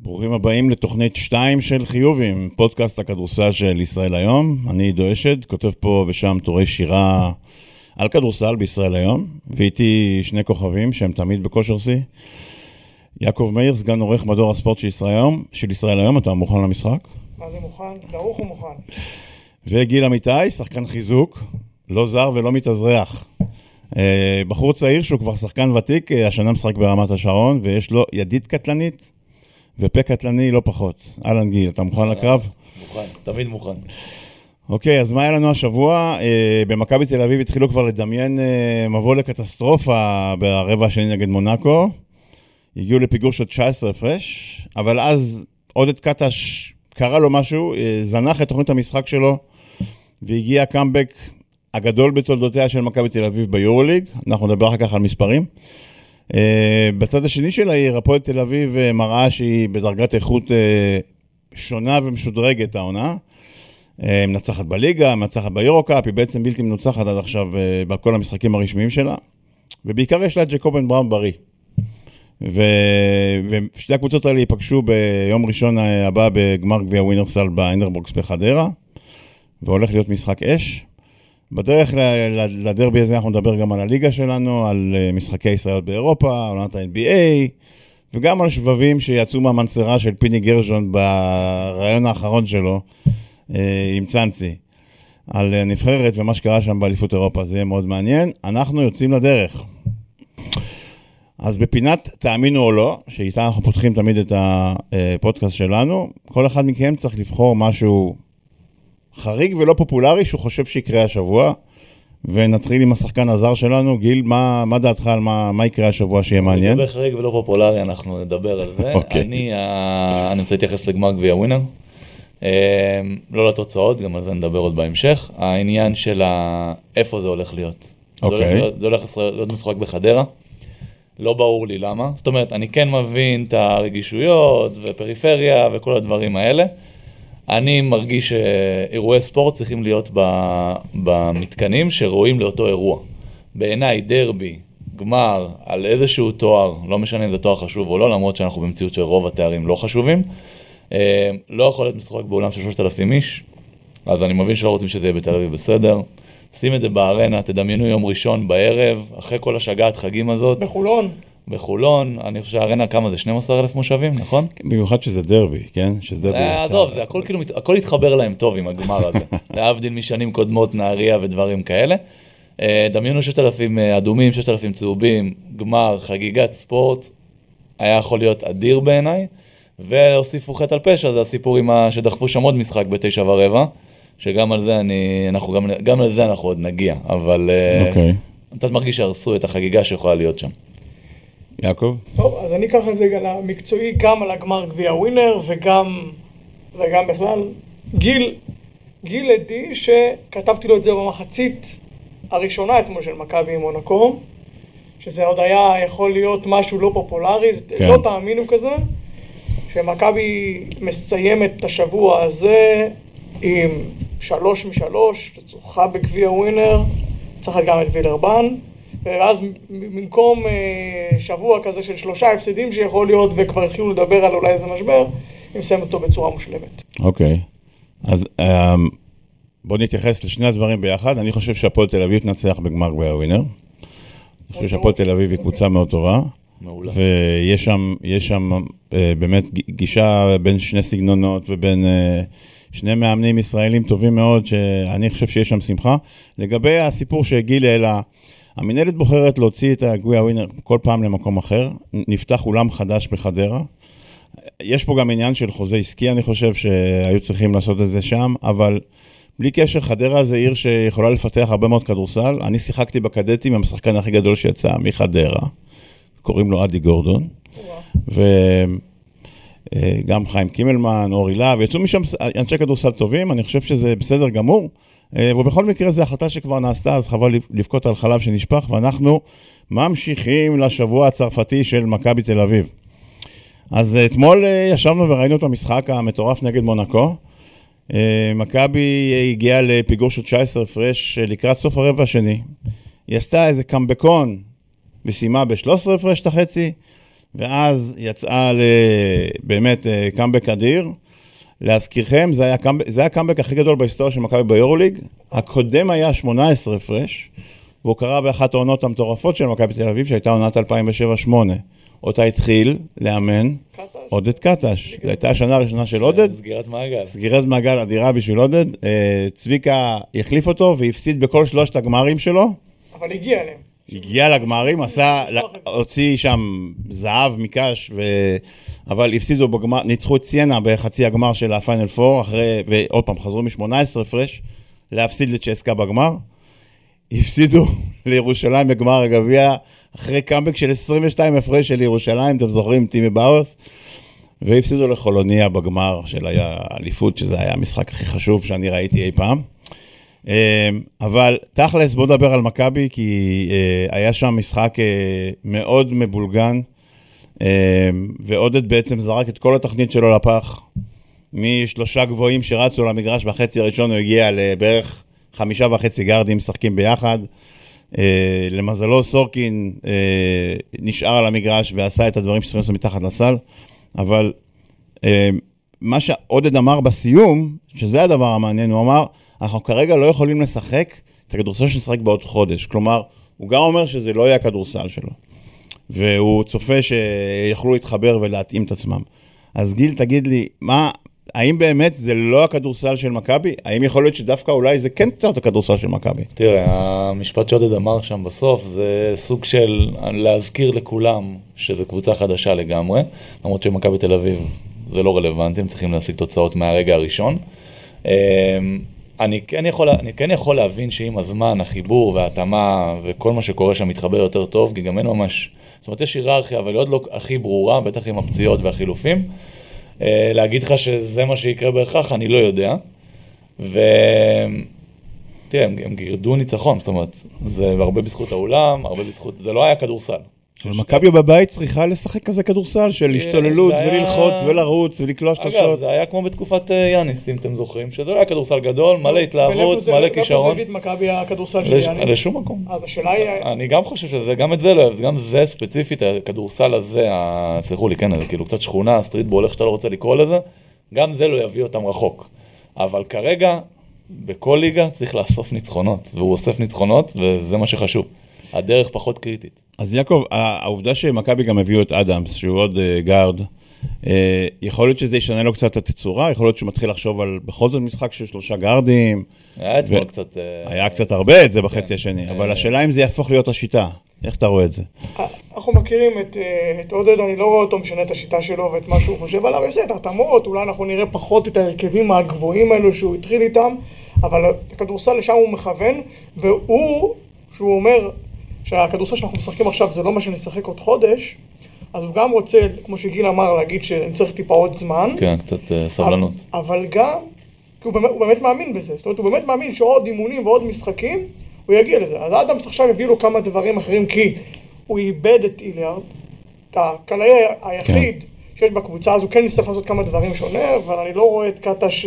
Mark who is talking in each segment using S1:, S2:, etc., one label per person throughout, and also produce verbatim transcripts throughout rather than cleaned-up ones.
S1: ברוכים הבאים לתוכנית שתיים של חיובים, פודקאסט הכדורסל של ישראל היום. אני עידו אשד, כותב פה ושם תורי שירה על כדורסל בישראל היום, ואיתי שני כוכבים שהם תמיד בכושר שיא. יעקב מאיר, סגן עורך מדור הספורט של ישראל היום, של ישראל היום, אתה מוכן למשחק?
S2: מה זה מוכן? דרוך הוא מוכן.
S1: וגיל אמיתי, שחקן חיזוק, לא זר ולא מתאזרח. בחור צעיר שהוא כבר שחקן ותיק, השנה משחק ברמת השרון, ויש לו ידית קטלנית, ופה קטלני לא פחות. אלן גיל, אתה מוכן לקרב?
S3: מוכן, תמיד מוכן.
S1: אוקיי, אז מה היה לנו השבוע? במכבי תל אביב התחילו כבר לדמיין מבוא לקטסטרופה ברבע השני נגד מונאקו. הגיעו לפיגור של תשע עשרה הפרש, אבל אז עודד קטש קרה לו משהו, זנח את תוכנית המשחק שלו, והגיע הקאמבק הגדול בתולדותיה של מכבי תל אביב ביורוליג. אנחנו נדבר אחר כך על מספרים. Uh, בצד השני של העיר, הפועל תל אביב uh, מראה שהיא בדרגת איכות uh, שונה ומשודרגת העונה. Uh, מנצחת בליגה, מנצחת ביורוקאפ, היא בעצם בלתי מנוצחת עד עכשיו uh, בכל המשחקים הרשמיים שלה. ובעיקר יש לה את ג'קובן בראון בריא. ו... ושתי הקבוצות האלה ייפגשו ביום ראשון הבא בגמר גביע ווינרסל באינדרבוקס בחדרה. והולך להיות משחק אש. בדרך לדרבי הזה אנחנו נדבר גם על הליגה שלנו, על משחקי ישראל באירופה, עונת ה-אן בי איי, וגם על שבבים שיצאו מהמנסרה של פיני גרשון ברעיון האחרון שלו עם צאנצי, על נבחרת ומה שקרה שם באליפות אירופה. זה יהיה מאוד מעניין. אנחנו יוצאים לדרך. אז בפינת תאמינו או לא, שאיתה אנחנו פותחים תמיד את הפודקאסט שלנו, כל אחד מכם צריך לבחור משהו חריג ולא פופולרי שהוא חושב שיקרה השבוע, ונתחיל עם השחקן הזר שלנו. גיל, מה, מה דעתך על מה, מה יקרה השבוע שיהיה מעניין?
S3: לגבי חריג ולא פופולרי אנחנו נדבר על זה.
S1: Okay.
S3: אני, אני רוצה להתייחס לגמר גביע ווינר, לא לתוצאות, גם על זה נדבר עוד בהמשך. העניין של איפה זה הולך להיות. Okay. זה הולך להיות, זה הולך להיות משחק בחדרה. לא ברור לי למה. זאת אומרת, אני כן מבין את הרגישויות ופריפריה וכל הדברים האלה. אני מרגיש שאירועי ספורט צריכים להיות במתקנים שרואים לאותו אירוע. בעיניי דרבי, גמר, על איזשהו תואר, לא משנה אם זה תואר חשוב או לא, למרות שאנחנו במציאות שרוב התארים לא חשובים, לא יכול להיות משחק באולם של שלושת אלפים איש, אז אני מבין שלא רוצים שזה יהיה בתל אביב בסדר. שים את זה בארנה, תדמיינו יום ראשון בערב, אחרי כל השגעת חגים הזאת.
S2: בחולון.
S3: בחולון, אני חושב שהארנה כמה זה? שנים עשר אלף מושבים, נכון?
S1: במיוחד שזה דרבי, כן? שזה דרבי.
S3: עזוב, זה הכל כאילו, הכל התחבר להם טוב עם הגמר הזה. להבדיל משנים קודמות, נהריה ודברים כאלה. דמיינו ששת אלפים אדומים, ששת אלפים צהובים, גמר, חגיגת ספורט, היה יכול להיות אדיר בעיניי, והוסיפו חטא על פשע, זה הסיפור עם שדחפו שם עוד משחק בתשע ורבע, שגם על זה אני, אנחנו גם, גם על זה אנחנו עוד נגיע, אבל
S1: okay.
S3: אתה מרגיש שהרסו את החגיגה שיכולה להיות שם.
S1: יעקב?
S2: טוב, אז אני אקח את זה על המקצועי, גם על הגמר גביע ווינר, וגם, וגם בכלל, גיל, גיל עדי, שכתבתי לו את זה במחצית הראשונה אתמול של מכבי מונאקו, שזה עוד היה יכול להיות משהו לא פופולרי, כן. לא תאמינו כזה, שמכבי מסיימת את השבוע הזה עם שלוש משלוש, שצורחה בגביע ווינר, צריך גם את וילרבן, ואז במקום שבוע כזה של שלושה הפסדים שיכול להיות, וכבר התחילו לדבר על אולי איזה משבר, הם מסיים אותו בצורה מושלמת.
S1: אוקיי, אז בואו נתייחס לשני הדברים ביחד. אני חושב שהפועל תל אביב תנצח בגמר גביע ווינר. אני חושב שהפועל תל אביב היא קבוצה מאוד טובה.
S3: מעולה.
S1: ויש שם, יש שם באמת גישה בין שני סגנונות ובין שני מאמנים ישראלים טובים מאוד, שאני חושב שיש שם שמחה. לגבי הסיפור שגיל העלה, המנהלת בוחרת להוציא את הגביע ווינר כל פעם למקום אחר, נפתח אולם חדש בחדרה. יש פה גם עניין של חוזה עסקי, אני חושב שהיו צריכים לעשות את זה שם, אבל בלי קשר, חדרה זה עיר שיכולה לפתח הרבה מאוד כדורסל. אני שיחקתי בקדטים עם השחקן הכי גדול שיצא מחדרה, קוראים לו אדי גורדון, וגם חיים קימלמן, אורי להב, יצאו משם אנשי כדורסל טובים, אני חושב שזה בסדר גמור, ובכל מקרה זו החלטה שכבר נעשתה, אז חבל לבכות על חלב שנשפך, ואנחנו ממשיכים לשבוע הצרפתי של מכבי תל אביב. אז אתמול ישבנו וראינו את המשחק המטורף נגד מונאקו. מכבי הגיעה לפיגור של תשע עשרה הפרש לקראת סוף הרבע השני. היא עשתה איזה קמבקון וסיימה ב-שלוש עשרה הפרש את החצי, ואז יצאה באמת קאמבק אדיר. להזכירכם, זה היה הקאמבק, זה היה הקאמבק הכי גדול בהיסטוריה של מכבי ביורוליג. הקודם היה שמונה עשרה הפרש, והוא קרה באחת העונות המטורפות של מכבי תל אביב, שהייתה עונת אלפיים ושבע שמונה. אותה התחיל לאמן עודד קטש. זו הייתה השנה הראשונה של עודד.
S3: סגירת מעגל.
S1: סגירת מעגל אדירה בשביל עודד. צביקה החליף אותו והפסיד בכל שלושת הגמרים שלו.
S2: אבל הגיע אליהם.
S1: הגיע לגמרים, עשה, הוציא שם זהב מקש, ו... אבל הפסידו בגמר, ניצחו את סיינה בחצי הגמר של הפיינל פור, אחרי, ועוד פעם חזרו מ-שמונה עשרה הפרש, להפסיד לצ'סקה בגמר. הפסידו לירושלים בגמר הגביע, אחרי קאמבק של עשרים ושתיים הפרש של ירושלים, אתם זוכרים, טימי באוס, והפסידו לחולוניה בגמר של האליפות, שזה היה המשחק הכי חשוב שאני ראיתי אי פעם. אבל תכלס, בוא נדבר על מכבי, כי היה שם משחק מאוד מבולגן, ועודד בעצם זרק את כל התכנית שלו לפח, משלושה גבוהים שרצו למגרש בחצי הראשון, הוא הגיע לבערך חמישה וחצי גרדים משחקים ביחד. למזלו סורקין נשאר על המגרש ועשה את הדברים שצריכים לעשות מתחת לסל, אבל מה שעודד אמר בסיום, שזה הדבר המעניין, הוא אמר, אנחנו כרגע לא יכולים לשחק את הכדורסל שנשחק בעוד חודש. כלומר, הוא גם אומר שזה לא יהיה הכדורסל שלו. והוא צופה שיכולו להתחבר ולהתאים את עצמם. אז גיל, תגיד לי, מה, האם באמת זה לא הכדורסל של מכבי? האם יכול להיות שדווקא אולי זה כן קצת הכדורסל של מכבי?
S3: תראה, המשפט שעודד אמר שם בסוף, זה סוג של להזכיר לכולם שזה קבוצה חדשה לגמרי, למרות שמכבי תל אביב זה לא רלוונטי, הם צריכים להשיג תוצאות מהרגע הראשון. אני כן יכול, אני כן יכול להבין שעם הזמן, החיבור וההתאמה וכל מה שקורה שם מתחבר יותר טוב, כי גם אין ממש, זאת אומרת, יש היררכיה, אבל עוד לא הכי ברורה, בטח עם הפציעות והחילופים. להגיד לך שזה מה שיקרה בהכרח, אני לא יודע. ו... תראה, הם, הם גירדו ניצחון, זאת אומרת, זה הרבה בזכות האולם, הרבה בזכות, זה לא היה כדורסל.
S1: מכבי בבית צריכה לשחק כזה כדורסל של השתוללות וללחוץ ולרוץ ולקלוש את השוט.
S3: אגב, זה היה כמו בתקופת יאניס, אם אתם זוכרים, שזה לא היה כדורסל גדול, מלא התלהבות, מלא כישרון.
S2: ולאיפה זה הביא את מכבי הכדורסל של יאניס?
S3: לשום מקום.
S2: אז השאלה היא...
S3: אני גם חושב שזה, גם את זה לא אוהב, גם זה ספציפית, הכדורסל הזה, סליחו לי, כן, זה כאילו קצת שכונה, סטריטבול, איך שאתה לא רוצה לקרוא לזה, גם זה לא יביא אותם רחוק. אבל כרגע, בכל ליגה צריך לאסוף ניצחונות, והוא אוסף ניצחונות, וזה מה שחשוב. הדרך פחות קריטית.
S1: אז יעקב, העובדה שמכבי גם הביאו את אדמס, שהוא עוד גארד, יכול להיות שזה ישנה לו קצת את התצורה, יכול להיות שהוא מתחיל לחשוב על בכל זאת משחק של שלושה גארדים.
S3: היה אתמול קצת...
S1: היה קצת הרבה את זה בחצי השני, אבל השאלה אם זה יהפוך להיות השיטה. איך אתה רואה את זה?
S2: אנחנו מכירים את עודד, אני לא רואה אותו משנה את השיטה שלו ואת מה שהוא חושב עליו, יעשה את ההתאמות, אולי אנחנו נראה פחות את ההרכבים הגבוהים האלו שהוא התחיל איתם, אבל הכדורסל לשם הוא מכוון, והוא, שהוא אומר שהכדורסל שאנחנו משחקים עכשיו זה לא מה שנשחק עוד חודש, אז הוא גם רוצה, כמו שגיל אמר, להגיד שאני צריך טיפה עוד זמן.
S3: כן, קצת סבלנות.
S2: אבל גם, כי הוא באמת, הוא באמת מאמין בזה, זאת אומרת, הוא באמת מאמין שעוד אימונים ועוד משחקים, הוא יגיע לזה. אז אדמס עכשיו הביא לו כמה דברים אחרים, כי הוא איבד את איליארד, את הקלעי היחיד כן. שיש בקבוצה, אז הוא כן נצטרך לעשות כמה דברים שונה, אבל אני לא רואה את קטש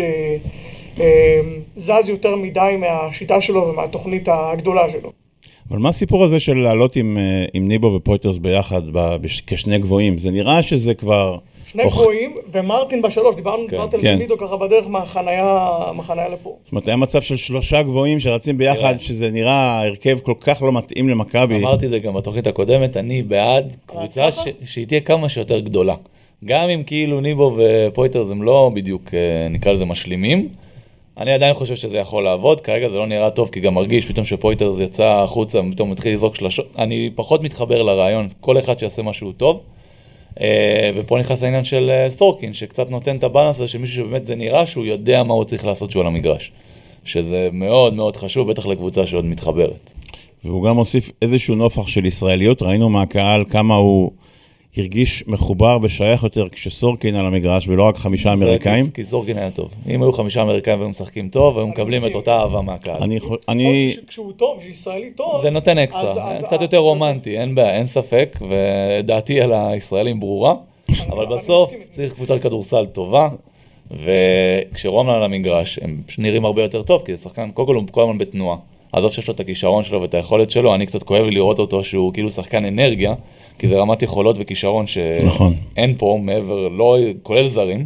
S2: זז יותר מדי מהשיטה שלו ומהתוכנית הגדולה שלו.
S1: אבל מה הסיפור הזה של לעלות עם, עם ניבו ופויטרס ביחד כשני גבוהים? זה נראה שזה כבר...
S2: שני גבוהים ומרטין בשלוש, דיברנו על זה מידו ככה בדרך מהחנייה לפה. זאת אומרת,
S1: היה מצב של שלושה גבוהים שרצים ביחד, שזה נראה הרכב כל כך לא מתאים למכבי.
S3: אמרתי את זה גם בתוכנית הקודמת, אני בעד קבוצה שהיא תהיה כמה שיותר גדולה. גם אם כאילו ניבו ופויטרס הם לא בדיוק, נקרא לזה משלימים, אני עדיין חושב שזה יכול לעבוד, כרגע זה לא נראה טוב, כי גם מרגיש פתאום שפויטרס יצא החוצה, פתאום מתחיל לזרוק שלשות, אני פחות מתחבר לרעיון, כל אחד שיעשה משהו טוב, ופה נכנס העניין של סורקין, שקצת נותן את הבאלנס הזה, שמישהו שבאמת זה נראה שהוא יודע מה הוא צריך לעשות שהוא על המגרש, שזה מאוד מאוד חשוב, בטח לקבוצה שעוד מתחברת.
S1: והוא גם הוסיף איזשהו נופח של ישראליות, ראינו מהקהל כמה הוא הרגיש מחובר ושייך יותר כשסורקין על המגרש, ולא רק חמישה אמריקאים.
S3: כי סורקין היה טוב. אם היו חמישה אמריקאים והיו משחקים טוב, היו מקבלים את אותה אהבה מהקהל.
S2: אני... כשהוא טוב, כשישראלי טוב...
S3: זה נותן אקסטרה, קצת יותר רומנטי, אין בעיה, אין ספק, ודעתי על הישראלים ברורה, אבל בסוף צריך קבוצת כדורסל טובה, וכשרומלן על המגרש, הם נראים הרבה יותר טוב, כי זה שחקן, קודם כל הוא כל הזמן בתנועה. עזוב שיש לו את הכישרון שלו ואת היכולת שלו, אני קצת כואב לי לראות אותו שהוא כאילו שחקן אנרגיה, כי זה רמת יכולות וכישרון
S1: נכון.
S3: שאין פה מעבר, לא כולל זרים,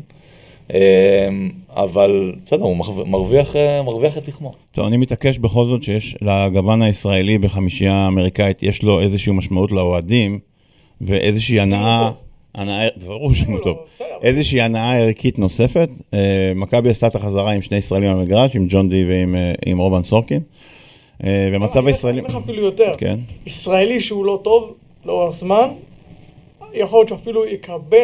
S3: אבל בסדר, הוא מרוויח, מרוויח את תחמו.
S1: טוב, אני מתעקש בכל זאת שיש לגוון הישראלי בחמישייה האמריקאית, יש לו איזושהי משמעות לאוהדים, ואיזושהי הנאה, הנאה, ברור שהוא טוב, איזושהי הנאה ערכית נוספת. מכבי עשתה את החזרה עם שני ישראלים במגרש, עם ג'ון די ועם רובן סורקין, ומצב הישראלים...
S2: אני אפילו יותר, ישראלי שהוא לא טוב, לאורך זמן, יכול להיות שאפילו יקבל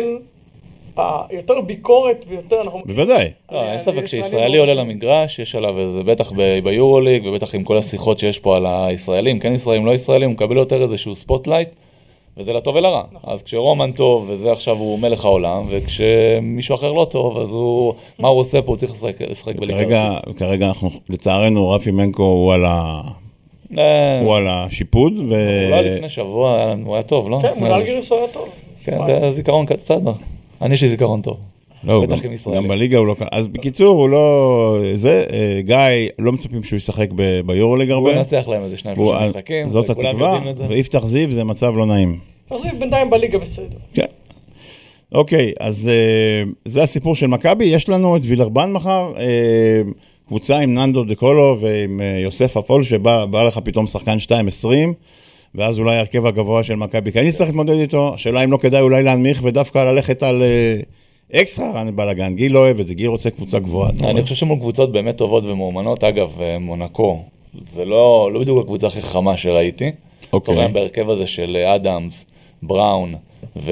S2: יותר ביקורת ויותר...
S1: בוודאי.
S3: אין ספק שישראלי עולה למגרש, יש עליו איזה, בטח ביורוליג, ובטח עם כל השיחות שיש פה על הישראלים, כן ישראלים, לא ישראלים, הוא מקבל יותר איזשהו ספוטלייט, וזה לטוב ולרע. אז כשרומן טוב, וזה עכשיו הוא מלך העולם, וכשמישהו אחר לא טוב, אז הוא, מה הוא עושה פה? הוא צריך לשחק בליגה ארצית.
S1: כרגע אנחנו, לצערנו, רפי מנקו הוא על ה... הוא על השיפוד.
S3: אולי לפני שבוע הוא היה טוב, לא?
S2: כן, מונל גיריס הוא היה טוב.
S3: כן, זה זיכרון קצת, אני יש לי זיכרון טוב.
S1: לא, גם בליגה הוא לא... אז בקיצור, הוא לא... זה, גיא, לא מצפים שהוא ישחק ביורוליג הרבה.
S3: הוא נצח להם איזה שניים שלושה משחקים.
S1: זאת התקווה, ויפתח זיו זה מצב לא נעים.
S2: יפתח זיו בינתיים בליגה בסדר.
S1: כן. אוקיי, אז זה הסיפור של מכבי. יש לנו את וילרבן מחר, קבוצה עם ננדו דקולו ועם יוסף אפול, שבא לך פתאום שחקן שתיים עשרים, ואז אולי הרכב הגבוה של מכבי. כי אני צריך להתמודד איתו, השאלה אם לא כדאי אולי להנמיך ודווקא ללכת על אקסטרה בלגן. גיל לא אוהב את זה, גיל רוצה קבוצה גבוהה.
S3: אני חושב שמול קבוצות באמת טובות ומאומנות, אגב, מונקו, זה לא בדיוק הקבוצה הכי חכמה שראיתי. תורם בהרכב הזה של אדמס, בראון ו...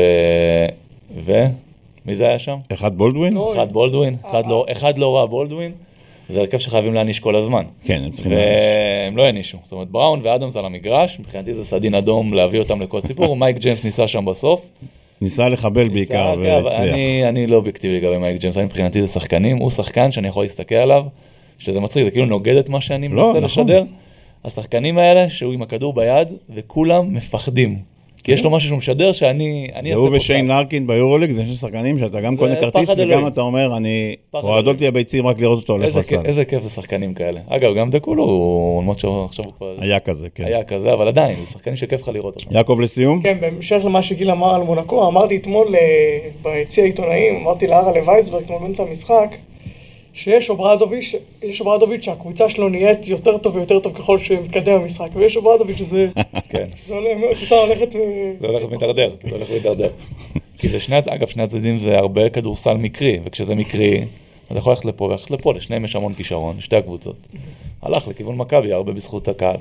S3: ו... מי זה היה שם?
S1: אחד בולדווין?
S3: אחד בולדווין, אחד לא רע בולדווין. זה הרכב שחייבים להניש כל הזמן.
S1: כן, הם צריכים להניש.
S3: והם לא ינישו. זאת אומרת, בראון ואדמס על המגרש, מבחינתי זה סדין אדום להביא אותם לכל סיפור. מייק ג'יימס ניסה שם בסוף.
S1: ניסה לחבל בעיקר והצליח.
S3: אני לא אובייקטיבי לגבי מייק ג'יימס, אני מבחינתי זה שחקנים, הוא שחקן שאני יכול להסתכל עליו, שזה מצחיק, זה כאילו נוגד את מה שאני מנסה לשדר. השחקנים האלה, שהוא עם הכדור ביד, וכולם מפחדים. כי יש לו משהו שהוא משדר שאני...
S1: זה הוא ושיין לארקין ביורוליג, זה שני שחקנים שאתה גם קונה כרטיס וגם אתה אומר, אני רועדות לי הביצים רק לראות אותו הולך לסל.
S3: איזה כיף זה שחקנים כאלה. אגב, גם דקולו, הוא למרות שעכשיו הוא כבר...
S1: היה כזה, כן.
S3: היה כזה, אבל עדיין, זה שחקנים שכיף לך לראות אותו.
S1: יעקב לסיום?
S2: כן, בהמשך למה שגיל אמר על מונקו, אמרתי אתמול ביציע העיתונאים, אמרתי להרה לווייסברג, כמו באמצע המשחק, שיש אוברדוביץ', יש אוברדוביץ' שהקבוצה שלו נהיית יותר טוב ויותר טוב ככל שמתקדם המשחק, ויש אוברדוביץ' שזה...
S3: כן.
S2: זה הקבוצה הולכת ו...
S3: זה הולך ומתדרדר, זה הולך ומתדרדר. כי זה שני, אגב, שני הצדדים זה הרבה כדורסל מקרי, וכשזה מקרי, אתה יכול ללכת לפה וללכת לפה, לשניהם יש המון כישרון, שתי הקבוצות. הלך לכיוון מכבי, הרבה בזכות הקהל.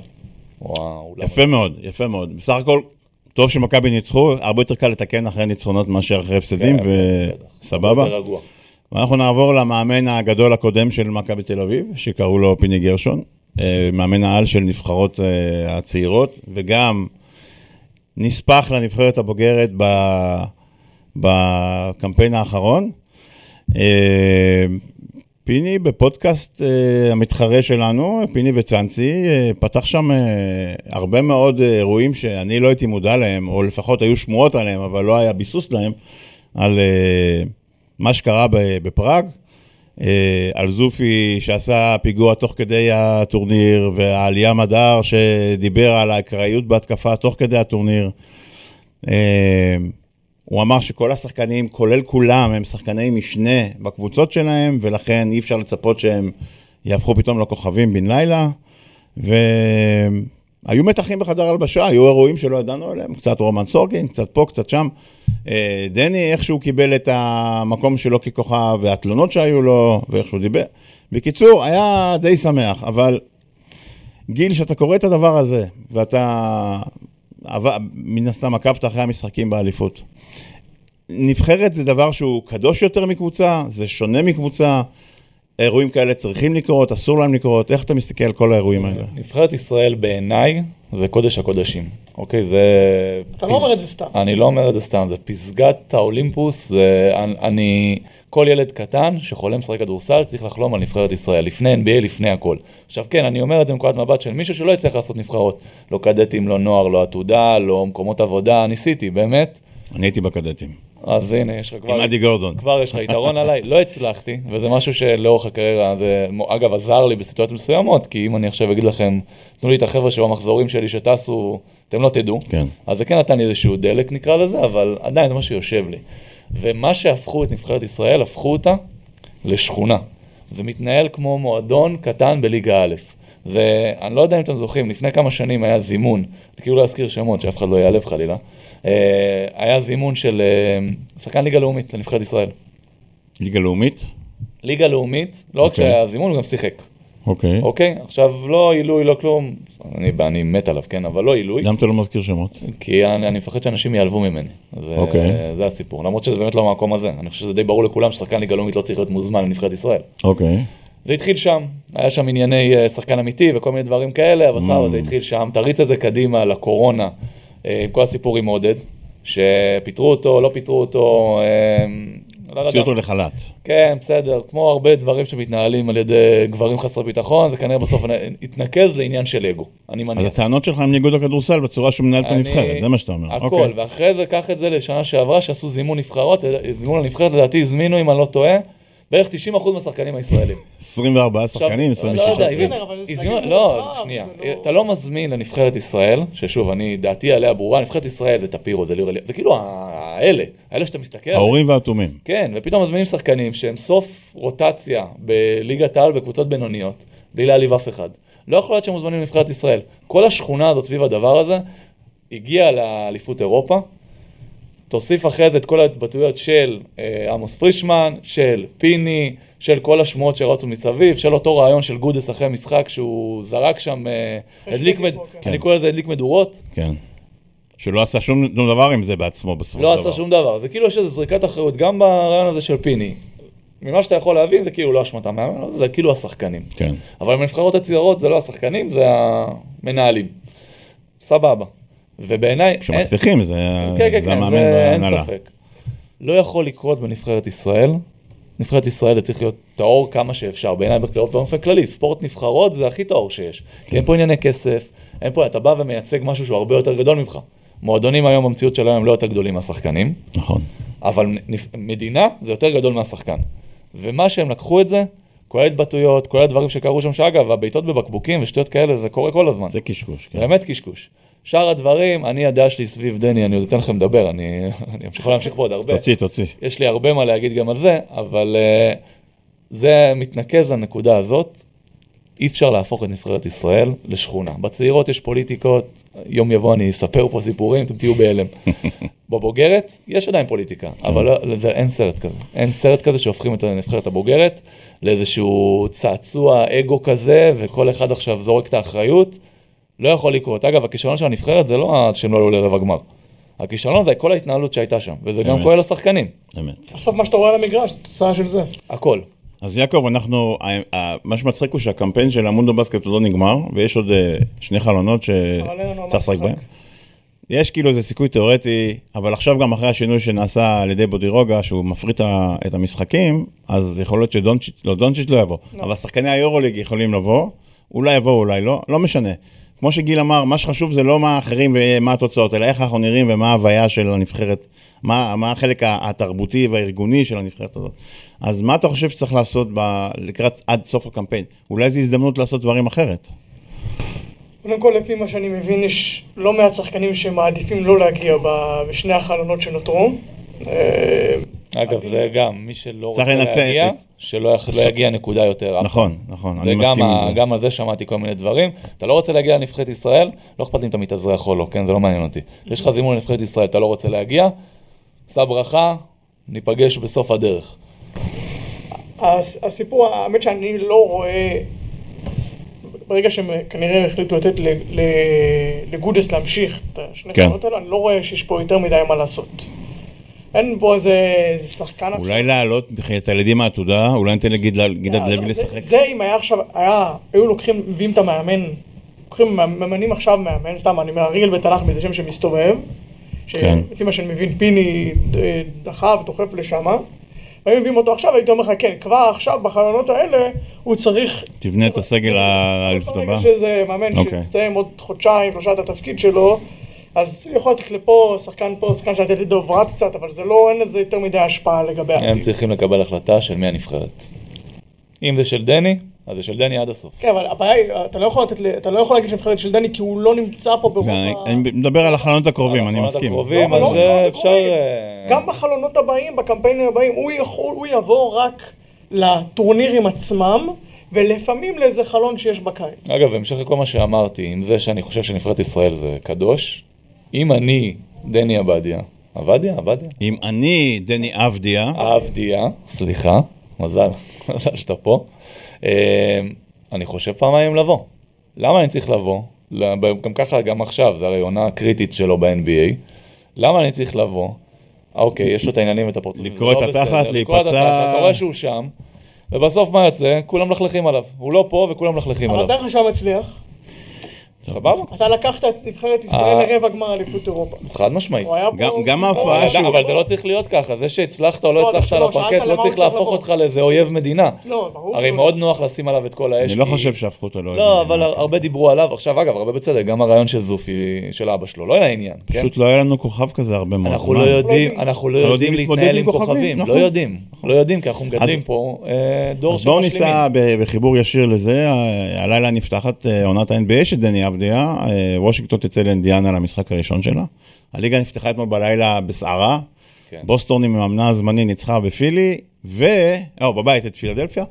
S1: יפה מאוד, יפה מאוד. בסך הכל, טוב שמכבי ניצחו, הרבה יותר קל לתקן אחרי ניצחונות מאשר אחרי הפסדים, וסבבה. ואנחנו נעבור למאמן הגדול הקודם של מכבי תל אביב, שקראו לו פיני גרשון, מאמן העל של נבחרות הצעירות, וגם נספח לנבחרת הבוגרת בקמפיין האחרון. פיני בפודקאסט המתחרה שלנו, פיני וצאנצי, פתח שם הרבה מאוד אירועים שאני לא הייתי מודע להם, או לפחות היו שמועות עליהם, אבל לא היה ביסוס להם, על... מה שקרה בפראג, על זופי שעשה פיגוע תוך כדי הטורניר, והעלייה מדר שדיבר על האקראיות בהתקפה תוך כדי הטורניר. הוא אמר שכל השחקנים, כולל כולם, הם שחקני משנה בקבוצות שלהם, ולכן אי אפשר לצפות שהם יהפכו פתאום לכוכבים בן לילה, והיו מתחים בחדר הלבשה, היו אירועים שלא ידענו עליהם, קצת רומן סורקין, קצת פה, קצת שם. דני, איך שהוא קיבל את המקום שלו ככוכב, והתלונות שהיו לו, ואיך שהוא דיבר. בקיצור, היה די שמח, אבל גיל, שאתה קורא את הדבר הזה, ואתה מן הסתם עקבת אחרי המשחקים באליפות. נבחרת זה דבר שהוא קדוש יותר מקבוצה, זה שונה מקבוצה, אירועים כאלה צריכים לקרות, אסור להם לקרות, איך אתה מסתכל על כל האירועים האלה?
S3: נבחרת ישראל בעיניי זה קודש הקודשים, אוקיי? זה...
S2: אתה לא אומר את זה סתם.
S3: אני לא אומר את זה סתם, זה פסגת האולימפוס, זה... אני... כל ילד קטן שחולם לשחק כדורסל צריך לחלום על נבחרת ישראל, לפני אן בי איי, לפני הכל. עכשיו כן, אני אומר את זה מנקודת מבט של מישהו שלא יצליח לעשות נבחרות, לא קדטים, לא נוער, לא עתודה, לא מקומות עבודה, ניסיתי, באמת.
S1: אני הייתי בקדטים.
S3: אז הנה, יש לך כבר...
S1: עם אדי גורדון.
S3: כבר יש לך יתרון עליי, לא הצלחתי, וזה משהו שלאורך הקריירה, זה אגב עזר לי בסיטואציות מסוימות, כי אם אני עכשיו אגיד לכם, תנו לי את החבר'ה שבמחזורים שלי שטסו אתם לא תדעו.
S1: כן.
S3: אז זה כן נתן לי איזשהו דלק נקרא לזה, אבל עדיין זה מה שיושב לי. ומה שהפכו את נבחרת ישראל, הפכו אותה לשכונה. זה מתנהל כמו מועדון קטן בליגה א'. ואני לא יודע אם אתם זוכרים, לפני כמה שנים היה זימון, כאילו להזכיר שמות, שאף אחד לא יעלב חלילה, היה זימון של שחקן ליגה לאומית לנבחרת ישראל.
S1: ליגה לאומית?
S3: ליגה לאומית, לא רק שהיה זימון, הוא גם שיחק.
S1: אוקיי.
S3: אוקיי? עכשיו, לא עילוי, לא כלום, אני, אני מת עליו, כן? אבל לא עילוי.
S1: למה אתה לא מזכיר שמות?
S3: כי אני, אני מפחד שאנשים יעלבו ממני. זה,
S1: אוקיי.
S3: זה הסיפור. למרות שזה באמת לא מהמקום הזה. אני חושב שזה די ברור לכולם ששחקן ליגה לאומית לא צריך להיות מוזמן לנבחרת ישראל.
S1: אוקיי.
S3: זה התחיל שם. היה שם ענייני שחקן אמיתי וכל מיני דברים כאלה, אבל סבבה, זה התחיל שם. תריץ את זה קדימה לקורונה, עם כל הסיפור עם עודד, שפיטרו אותו, לא פיטרו אותו,
S1: הוציאו אותו לחל"ת.
S3: כן, בסדר. כמו הרבה דברים שמתנהלים על ידי גברים חסרי ביטחון, זה כנראה בסוף התנקז לעניין של אגו. אני מניח.
S1: אז הטענות שלך הם ניגוד הכדורסל בצורה שהוא מנהל את הנבחרת, זה מה שאתה אומר.
S3: הכל, ואחרי זה, קח את זה לשנה שעברה, שעשו זימון נבחרות, זימון הנבחרת, לדעתי הזמינו, אם אני לא טועה, בערך תשעים אחוז מהשחקנים הישראלים.
S1: עשרים וארבעה שחקנים, עשרים ושש.
S3: לא, שנייה. אתה לא מזמין לנבחרת ישראל, ששוב, אני, דעתי עליה ברורה, נבחרת ישראל זה טפירו, זה ליאור, זה כאילו האלה, האלה שאתה מסתכל.
S1: ההורים והתומים.
S3: כן, ופתאום מזמינים שחקנים שהם סוף רוטציה בליגת העל בקבוצות בינוניות, בלי להעליב אף אחד. לא יכול להיות שהם מוזמנים לנבחרת ישראל. כל השכונה הזאת סביב הדבר הזה הגיעה לאליפות אירופה. תוסיף אחרי זה את כל ההתבטאויות של אה, עמוס פרישמן, של פיני, של כל השמועות שרצו מסביב, של אותו רעיון של גודס אחרי משחק שהוא זרק שם, אה, הדליק מד... כן. אני קורא לזה הדליק מדורות.
S1: כן. שלא עשה שום דבר עם זה בעצמו בסופו של
S3: לא
S1: דבר.
S3: עשה שום דבר. זה כאילו יש איזו זריקת אחריות, גם ברעיון הזה של פיני. ממה שאתה יכול להבין, זה כאילו לא אשמת המאמן, זה כאילו השחקנים.
S1: כן.
S3: אבל בנבחרות הצעירות זה לא השחקנים, זה המנהלים. סבבה. ובעיניי...
S1: כשמצליחים, זה המאמן והנהלה.
S3: אין ספק. לא יכול לקרות בנבחרת ישראל. נבחרת ישראל זה צריך להיות טהור כמה שאפשר. בעיניי באופן כללי, ספורט נבחרות זה הכי טהור שיש. כי אין פה ענייני כסף, אין פה, אתה בא ומייצג משהו שהוא הרבה יותר גדול ממך. מועדונים היום במציאות שלהם הם לא יותר גדולים מהשחקנים.
S1: נכון.
S3: אבל מדינה זה יותר גדול מהשחקן. ומה שהם לקחו את זה, כל ההתבטאויות, כל הדברים שקרו שם, שאגב, הבעיטות בבקבוקים ושטויות כאלה, זה קורה כל הזמן.
S1: זה קשקוש, כן.
S3: באמת קשקוש. שאר הדברים, אני הדעה שלי סביב דני, אני עוד אתן לכם לדבר, אני, אני אמשיך להמשיך פה עוד הרבה.
S1: תוציא, תוציא.
S3: יש לי הרבה מה להגיד גם על זה, אבל uh, זה מתנקז לנקודה הזאת. אי אפשר להפוך את נבחרת ישראל לשכונה. בצעירות יש פוליטיקות, יום יבוא אני אספר פה סיפורים, אתם תהיו בהלם. בבוגרת יש עדיין פוליטיקה, אבל לא, זה, אין סרט כזה. אין סרט כזה שהופכים את הנבחרת הבוגרת לאיזשהו צעצוע אגו כזה, וכל אחד עכשיו זורק את האחריות. לא יכול לקרות. אגב, הכישלון של הנבחרת זה לא שהם לא עלו לרבע גמר. הכישלון זה כל ההתנהלות שהייתה שם, וזה גם כולל לשחקנים.
S1: אמת.
S2: בסוף מה שאתה רואה על המגרש, זה תוצאה של זה.
S3: הכל.
S1: אז יעקב, אנחנו, מה שמצחיק הוא שהקמפיין של המונדו בסקט לא נגמר, ויש עוד שני חלונות שצריך לשחק בהם. יש כאילו איזה סיכוי תיאורטי, אבל עכשיו גם אחרי השינוי שנעשה על ידי בודירוגה, שהוא מפריט את המשחקים, אז יכול להיות שדונצ'יץ' לא, דונצ'יץ' לא יבוא. אבל שחקני היורוליג יכולים לבוא, אולי יבוא, אולי לא, לא משנה. כמו שגיל אמר, מה שחשוב זה לא מה האחרים ומה התוצאות, אלא איך אנחנו נראים ומה ההוויה של הנבחרת, מה, מה החלק התרבותי והארגוני של הנבחרת הזאת. אז מה אתה חושב שצריך לעשות ב... לקראת עד סוף הקמפיין? אולי זו הזדמנות לעשות דברים אחרת?
S2: קודם כל, לפי מה שאני מבין, יש לא מעט שחקנים שמעדיפים לא להגיע בשני החלונות שנותרו.
S3: אגב, זה גם, מי שלא רוצה להגיע, שלא יגיע נקודה יותר.
S1: נכון, נכון, אני מסכים עם זה.
S3: גם על זה שמעתי כל מיני דברים. אתה לא רוצה להגיע לנבחרת ישראל, לא אכפת לי אם אתה מתאזרח או לא, כן? זה לא מעניין אותי. יש לך זימון לנבחרת ישראל, אתה לא רוצה להגיע, שא ברכה, ניפגש בסוף הדרך.
S2: הסיפור, האמת שאני לא רואה, ברגע שהם כנראה החליטו לתת לגודס להמשיך את השני חלונות האלה, אני לא רואה שיש פה יותר מדי מה לעשות. אין בו איזה שחקן...
S1: אולי לעלות את הילדים מהעתודה, אולי ניתן לגלעד לוי לשחק.
S2: זה אם היה עכשיו, היו לוקחים, מביאים את המאמן, לוקחים, ממנים עכשיו מאמן, סתם, אני מהריגל בתנ"ך מזה שם שמסתובב, שלפי מה שאני מבין, פיני דחף, דוחף לשם, והיו מביאים אותו עכשיו, הייתי אומר לך, כן, כבר עכשיו בחלונות האלה, הוא צריך...
S1: תבנה את הסגל האלפת הבא.
S2: שזה מאמן שמסיים עוד חודשיים, שלושה את התפקיד שלו, אז יכול לתת לפה, שחקן פה, שחקן שנתת לי דוברת קצת, אבל זה לא, אין לזה יותר מדי השפעה לגבי העתיד.
S3: הם צריכים לקבל החלטה של מי הנבחרת. אם זה של דני, אז זה של דני עד הסוף.
S2: כן, אבל הבעיה היא, אתה לא יכול לתת, אתה לא יכול להגיד שנבחרת של דני, כי הוא לא נמצא פה ברוב ה...
S1: אני מדבר על החלונות הקרובים, אני מסכים.
S3: הקרובים, אז זה אפשר...
S2: גם בחלונות הבאים, בקמפיינים הבאים, הוא יכול, הוא יבוא רק לטורנירים עצמם, ולפעמים לאיזה חלון שיש בקיץ.
S3: אגב, בהמשך לכל מה שאמרתי, עם זה שאני חושב שנבחרת ישראל זה קדוש, אם אני, דני עבדיה, עבדיה, עבדיה?
S1: אם אני, דני עבדיה,
S3: עבדיה, סליחה, מזל, מזל שאתה פה, אני חושב פעמיים לבוא. למה אני צריך לבוא? גם ככה, גם עכשיו, זה הרי עונה קריטית שלו ב-אן בי איי. למה אני צריך לבוא? אוקיי, יש לו את העניינים ואת הפרצופים.
S1: לקרוא את התחת, להיפצע.
S3: אתה רואה שהוא שם, ובסוף מה יוצא? כולם מלכלכים עליו. הוא לא פה וכולם מלכלכים עליו.
S2: אבל אתה חשב מצליח.
S3: סבבה?
S2: אתה לקחת את נבחרת ישראל לרבע גמר אליפות אירופה.
S3: חד משמעית.
S1: גם ההופעה שהוא...
S3: אבל זה לא צריך להיות ככה. זה שהצלחת או לא הצלחת על הפרקט, לא צריך להפוך אותך לאיזה אויב מדינה.
S2: לא, ברור.
S3: הרי מאוד נוח לשים עליו את כל האש.
S1: אני לא חושב שהפכו אותו לאויב.
S3: לא, אבל הרבה דיברו עליו. עכשיו, אגב, הרבה בצדק. גם הרעיון של זופי, של אבא שלו, לא היה עניין.
S1: פשוט לא היה לנו כוכב כזה הרבה מאוד.
S3: אנחנו לא יודעים, אנחנו לא יודעים להתנהל עם כוכבים. לא יודעים. לא יודעים, כי אנחנו מגדלים פה דור של משלימים.
S1: בואו ניסע בחיבור ישיר לזה. הלילה נפתחת עונת ה-אן בי איי של דני עבדיה. וושינגטון תצא לאינדיאנה למשחק הראשון שלה. הליגה נפתחה אתמול בלילה בסערה. כן. בוסטון עם המאמנה הזמני ניצחה בפילי, ו... או, בבית את פילדלפיה.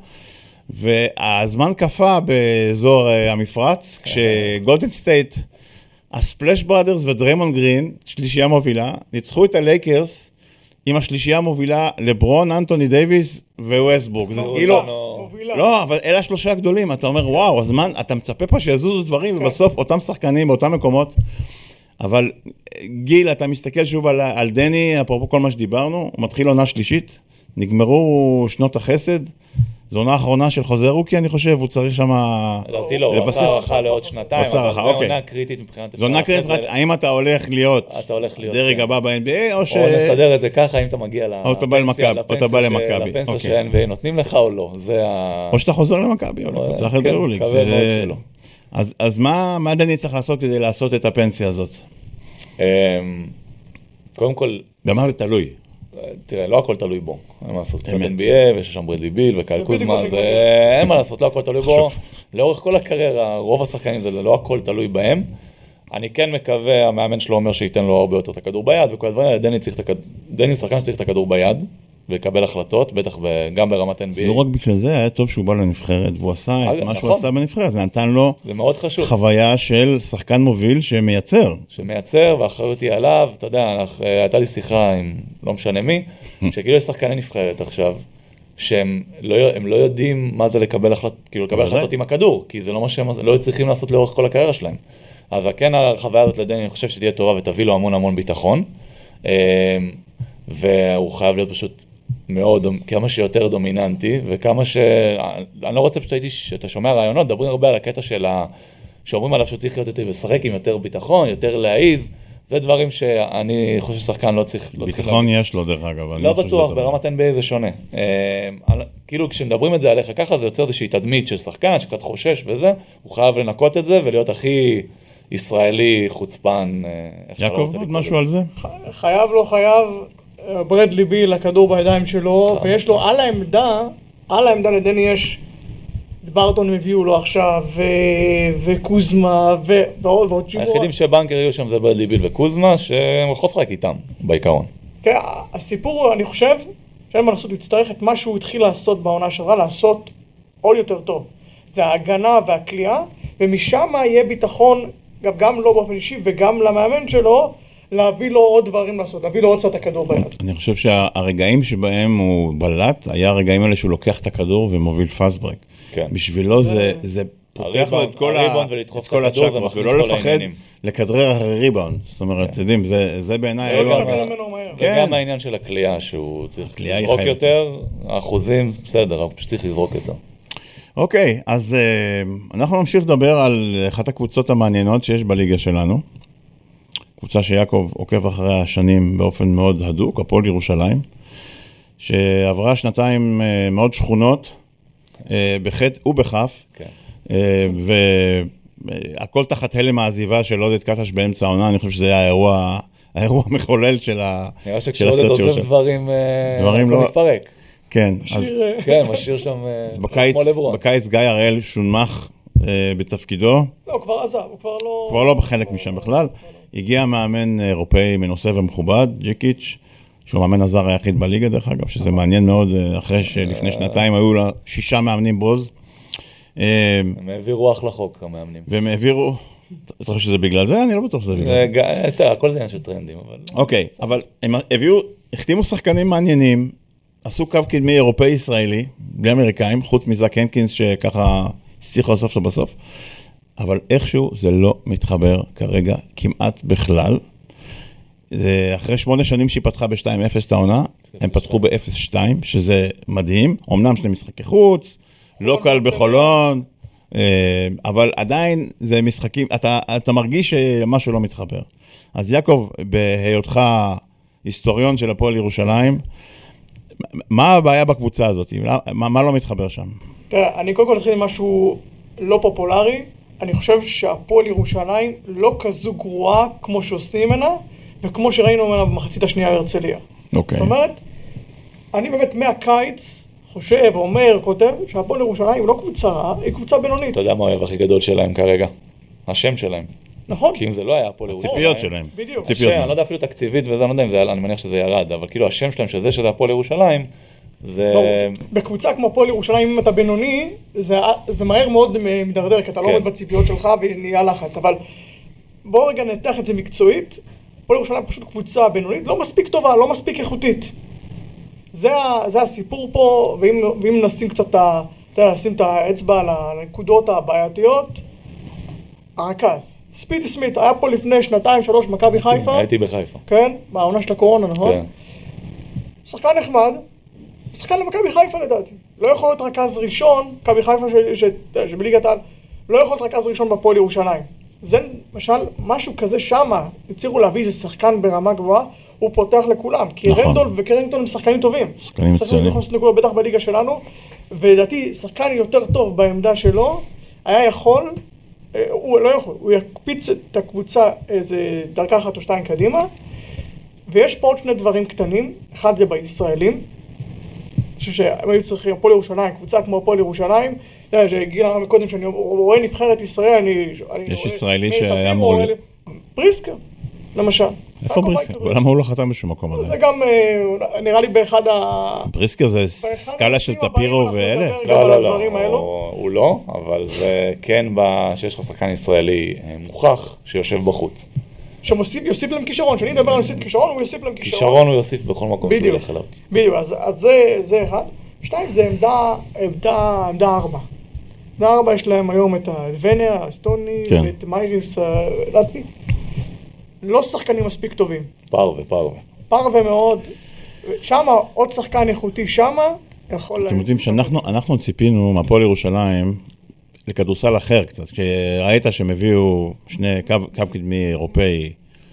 S1: והזמן קפה באזור המפרץ, כן. כשגולדן סטייט, הספלש ברודרס ודריימון גרין, שלישייה מובילה, ניצחו את הלייקרס עם השלישייה מובילה לברון, אנטוני דייביס וווסטברוק. זה כאילו... לא, אבל אלה השלושה הגדולים, אתה אומר, וואו, הזמן, אתה מצפה פה שיזוזו דברים, ובסוף אותם שחקנים באותם מקומות, אבל גיל, אתה מסתכל שוב על, על דני, אפרופו כל מה שדיברנו, הוא מתחיל עונה שלישית, נגמרו שנות החסד, זו עונה האחרונה של חוזר רוקי, אני חושב, הוא צריך שם
S3: לדעתי לא, הוא עשה הערכה לעוד שנתיים, אבל זו עונה קריטית מבחינת...
S1: זו עונה קריטית, האם אתה הולך להיות דרג הבא ב-אן בי איי, או ש...
S3: או נסדר את זה ככה, אם אתה מגיע לפנסיה ש-אן בי איי נותנים לך או לא, זה ה...
S1: או שאתה חוזר למכבי, או לקבוצה אחרת ביורוליג. אז מה דני צריך לעשות כדי לעשות את הפנסיה הזאת?
S3: קודם כל...
S1: במה זה תלוי?
S3: תראה, לא הכל תלוי בו. אין מה לעשות, קצת אן בי איי, ויש שם ברדלי ביל וקייל קוזמה, אין מה לעשות, לא הכל תלוי בו. לאורך כל הקריירה, רוב השחקנים זה לא הכל תלוי בהם. אני כן מקווה, המאמן שלו אומר שייתן לו הרבה יותר את הכדור ביד, וכל הדברים האלה, דני שחקן שצריך את הכדור ביד, ויקבל החלטות, בטח גם ברמת אן בי איי.
S1: זה לא רק בגלל זה, היה טוב שהוא בא לנבחרת, והוא עשה את מה שהוא עשה בנבחרת, זה נתן לו חוויה של שחקן מוביל שמייצר.
S3: שמייצר, והאחריות היא עליו, אתה יודע, הייתה לי שיחה עם לא משנה מי, שכאילו יש שחקני נבחרת עכשיו, שהם לא יודעים מה זה לקבל החלטות עם הכדור, כי זה לא מה שהם לא צריכים לעשות לאורך כל הקריירה שלהם. אז כן, החוויה הזאת לדני, אני חושב שתהיה טובה ותביא לו המון המון ביטחון, והוא חייב להיות פשוט מאוד, כמה שיותר דומיננטי, וכמה ש... אני לא רוצה פשוט הייתי שאתה שומע רעיונות, דברים הרבה על הקטע של ה... שאומרים עליו שהוא צריך להיות יותר לשחק עם יותר ביטחון, יותר להעיז, זה דברים שאני חושב ששחקן לא צריך...
S1: ביטחון יש לו דרך אגב.
S3: לא בטוח, ברמת אן בי איי זה שונה. כאילו כשמדברים את זה עליך ככה, זה יוצר איזושהי תדמית של שחקן, שקצת חושש וזה, הוא חייב לנקות את זה ולהיות הכי ישראלי, חוצפן.
S1: יעקב, עוד משהו על זה?
S2: חייב, לא חייב. ברדלי ביל, הכדור בידיים שלו, ויש לו על העמדה, על העמדה לדני יש, ברטון הביאו לו עכשיו, וקוזמה, ועוד ועוד שימוע.
S3: היחידים שבנקר יהיו שם זה ברדלי ביל וקוזמה, שהם יכול לשחק איתם, בעיקרון.
S2: כן, הסיפור, אני חושב, שאין מה לעשות, הוא יצטרך את מה שהוא התחיל לעשות בעונה שעברה, לעשות עוד יותר טוב. זה ההגנה והקליעה, ומשם יהיה ביטחון, גם לא באופן אישי, וגם למאמן שלו, להביא לו עוד דברים לעשות, להביא לו עוד קצת הכדור ביד.
S1: אני חושב שהרגעים שבהם הוא בלט, היה הרגעים האלה שהוא לוקח את הכדור ומוביל פאסט ברייק. בשבילו זה פותח לו את כל הצ'קות, ולא לפחד לכדרר אחרי ריבאונד. זאת אומרת, אתם יודעים, זה בעיניי...
S3: וגם העניין של הקליעה, שהוא צריך לזרוק יותר, האחוזים, בסדר, הוא פשוט צריך לזרוק יותר.
S1: אוקיי, אז אנחנו נמשיך לדבר על אחת הקבוצות המעניינות שיש בליגה שלנו. קבוצה שיעקב עוקב אחרי השנים באופן מאוד הדוק, הפועל ירושלים, שעברה שנתיים מאוד שכונות, בחטא ובכף, והכל תחת הלם העזיבה של עודד קטש באמצע העונה, אני חושב שזה היה האירוע המחולל של הסרט.
S3: נראה שכשעודד עוזב דברים לא מתפרק.
S1: כן, אז...
S3: כן, משאיר שם כמו לברון.
S1: בקיץ גיא הראל שונמך בתפקידו.
S2: לא, הוא כבר עזב, הוא כבר לא...
S1: כבר לא בחלק משם בכלל. הגיע מאמן אירופאי מנוסה ומכובד, ג'יקיץ', שהוא מאמן הזר היחיד בליגה דרך אגב, שזה מעניין מאוד, אחרי שלפני שנתיים היו לה שישה מאמנים בוז.
S3: הם העבירו אחלה חוק, המאמנים.
S1: והם העבירו... אתה חושב שזה בגלל זה? אני לא בטוח שזה בגלל
S3: זה. הכל זה עניין של טרנדים, אבל...
S1: אוקיי, אבל הם הביאו, החתימו שחקנים מעניינים, עשו קו קדמי אירופאי-ישראלי, בלי אמריקאים, חוץ מזק הנקינס שככה שיחו סוף בסוף, אבל איכשהו זה לא מתחבר כרגע כמעט בכלל. אחרי שמונה שנים שהיא פתחה ב-שתיים אפס את העונה, הם פתחו ב-אפס שתיים, שזה מדהים, אמנם שני משחקי חוץ, לא קל בחולון, אבל עדיין זה משחקים, אתה, אתה מרגיש שמשהו לא מתחבר. אז יעקב, בהיותך היסטוריון של הפועל ירושלים, מה הבעיה בקבוצה הזאת? מה, מה לא מתחבר שם?
S2: תראה, אני קודם כל אתחיל עם משהו לא פופולרי. אני חושב שהפועל ירושלים לא כזו גרועה כמו שעושים ממנה, וכמו שראינו ממנה במחצית השנייה הרצליה.
S1: אוקיי.
S2: זאת אומרת, אני באמת מהקיץ חושב, אומר, כותב, שהפועל ירושלים היא לא קבוצה רעה, היא קבוצה בינונית.
S3: אתה יודע מה האוהב הכי גדול שלהם כרגע? השם שלהם.
S2: נכון.
S3: כי אם זה לא היה הפועל ירושלים...
S1: הציפיות שלהם.
S2: בדיוק.
S3: השם, אני לא יודע אפילו תקציבית וזה, אני לא יודע אם זה, אני מניח שזה ירד, אבל כאילו השם שלהם, שזה של הפועל ירושלים, זה...
S2: בקבוצה כמו הפועל ירושלים, אם אתה בינוני, זה, זה מהר מאוד מדרדר, כי אתה לא עומד בציפיות שלך ונהיה לחץ, אבל בואו רגע נתח את זה מקצועית, הפועל ירושלים פשוט קבוצה בינונית, לא מספיק טובה, לא מספיק איכותית. זה, זה הסיפור פה, ואם, ואם נשים קצת, אתה יודע, נשים את האצבע על הנקודות הבעייתיות, הרכז. ספידי סמית היה פה לפני שנתיים, שלוש, מכבי חיפה.
S3: הייתי בחיפה.
S2: כן, מהעונה של הקורונה, נכון?
S3: כן.
S2: שחקן נחמד, שחקן למכבי חיפה לדעתי. לא יכול להיות רכז ראשון, מכבי חיפה שבליגת העל, לא יכול להיות רכז ראשון בפועל ירושלים. זה למשל, משהו כזה שמה, הצליחו להביא איזה שחקן ברמה גבוהה, הוא פותח לכולם. כי נכון. רנדולף וקרינגטון הם שחקנים טובים.
S1: שחקנים מצוינים.
S2: שחקנים בטח בליגה שלנו, ולדעתי שחקן יותר טוב בעמדה שלו, היה יכול, הוא לא יכול, הוא יקפיץ את הקבוצה איזה דרכה אחת או שתיים קדימה, ויש פה עוד שני דברים קטנים, אחד זה בישראלים, אני חושב שהם היו צריכים, הפועל ירושלים, קבוצה כמו הפועל ירושלים, שגיל אמר מקודם שאני רואה נבחרת ישראל, אני...
S1: יש ישראלי שהיה מול...
S2: פריסקר, למשל.
S1: איפה פריסקר? למה הוא לא חתם בשום מקום הזה?
S2: זה גם, נראה לי באחד ה...
S1: פריסקר זה סקאלה של טפירו ואלה?
S3: לא, לא, לא, הוא לא, אבל זה כן שיש לך שחקן ישראלי מוכח שיושב בחוץ.
S2: שיוסיף להם כישרון, שאני אדבר על יוסיף כישרון, הוא יוסיף להם כישרון.
S3: כישרון הוא יוסיף בכל מקום.
S2: בדיוק, בדיוק, אז זה אחד. שתיים, זה עמדה, עמדה, עמדה ארבע. עמדה ארבע יש להם היום את הווניה, האסטוני, ואת מייריס, לדעתי. לא שחקנים מספיק טובים.
S3: פרווה, פרווה.
S2: פרווה מאוד. שמה, עוד שחקן איכותי שמה, יכול...
S1: אתם יודעים שאנחנו ציפינו מהפועל ירושלים לכדורסל אחר קצת, כשראית שהם הביאו שני קו קדמי אירופאי,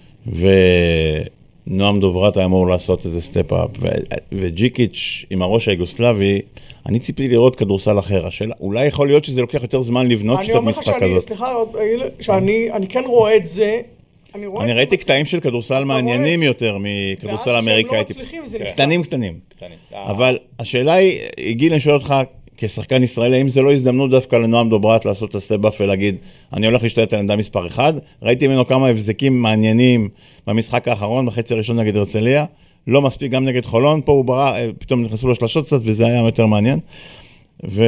S1: ונועם דוברת היה אמור לעשות איזה סטפ-אפ, וג'יקיץ' עם הראש היוגוסלבי, אני ציפיתי לראות כדורסל אחר. השאלה, אולי יכול להיות שזה לוקח יותר זמן לבנות שיטת משחק כזאת.
S2: סליחה, שאני כן רואה את זה,
S1: אני ראיתי קטעים של כדורסל מעניינים יותר מכדורסל אמריקאי, קטנים קטנים. אבל השאלה היא, גיל, אני שואל אותך, כשחקן ישראלי, האם זה לא הזדמנות דווקא לנועם דוברת לעשות את הסטפ-אפ ולהגיד, אני הולך להשתלט על עמדה מספר אחד, ראיתי ממנו כמה הבזקים מעניינים במשחק האחרון, בחצי הראשון נגד הרצליה, לא מספיק גם נגד חולון, פה הוא ברא, פתאום נכנסו לו שלשות קצת, וזה היה יותר מעניין. ו...